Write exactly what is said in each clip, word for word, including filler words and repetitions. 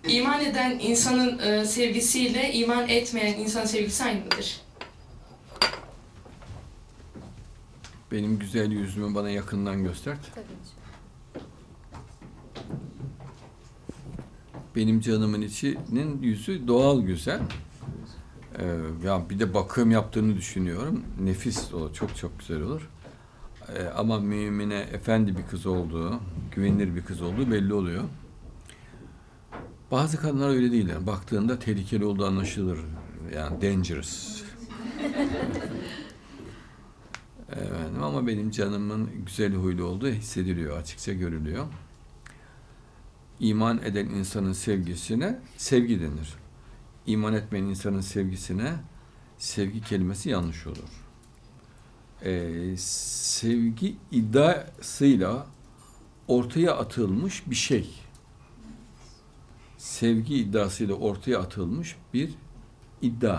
İman eden insanın e, sevgisiyle iman etmeyen insanın sevgisi aynı mıdır? Benim güzel yüzümü bana yakından göster. Tabii ki. Benim canımın içinin yüzü doğal güzel. Ee, ya bir de bakım yaptığını düşünüyorum. Nefis o, çok çok güzel olur. Ee, ama mümine efendi bir kız olduğu, güvenilir bir kız olduğu belli oluyor. Bazı kadınlar öyle değiller. Baktığında tehlikeli olduğu anlaşılır. Yani dangerous. Evet, ama benim canımın güzel huylu olduğu hissediliyor, açıkça görülüyor. İman eden insanın sevgisine sevgi denir. İman etmeyen insanın sevgisine sevgi kelimesi yanlış olur. Ee, sevgi iddiasıyla ortaya atılmış bir şey. Sevgi iddiasıyla ortaya atılmış bir iddia.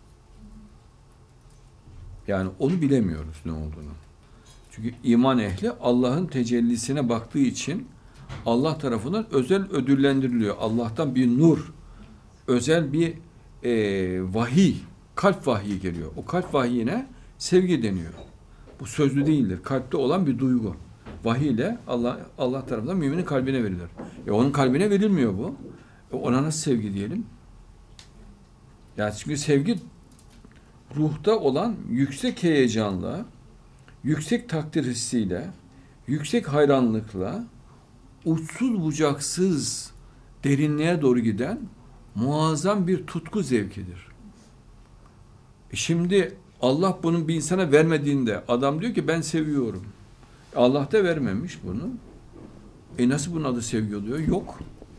Yani onu bilemiyoruz ne olduğunu. Çünkü iman ehli Allah'ın tecellisine baktığı için Allah tarafından özel ödüllendiriliyor. Allah'tan bir nur, özel bir e, vahiy, kalp vahyi geliyor. O kalp vahyine sevgi deniyor. Bu sözlü değildir. Kalpte olan bir duygu. Vahiy ile Allah, Allah tarafından müminin kalbine verilir. E onun kalbine verilmiyor bu. E ona nasıl sevgi diyelim? Yani çünkü sevgi ruhta olan yüksek heyecanla, yüksek takdir hissiyle, yüksek hayranlıkla, uçsuz bucaksız derinliğe doğru giden muazzam bir tutku zevkidir. E şimdi Allah bunun bir insana vermediğinde adam diyor ki ben seviyorum. Allah da vermemiş bunu. E nasıl bunun adı sevgi oluyor? Yok.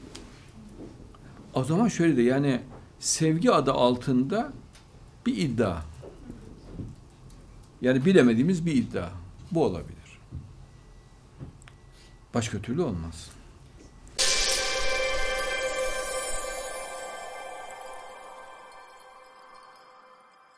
O zaman şöyle de yani sevgi adı altında bir iddia. Yani bilemediğimiz bir iddia. Bu olabilir. Başka türlü olmaz.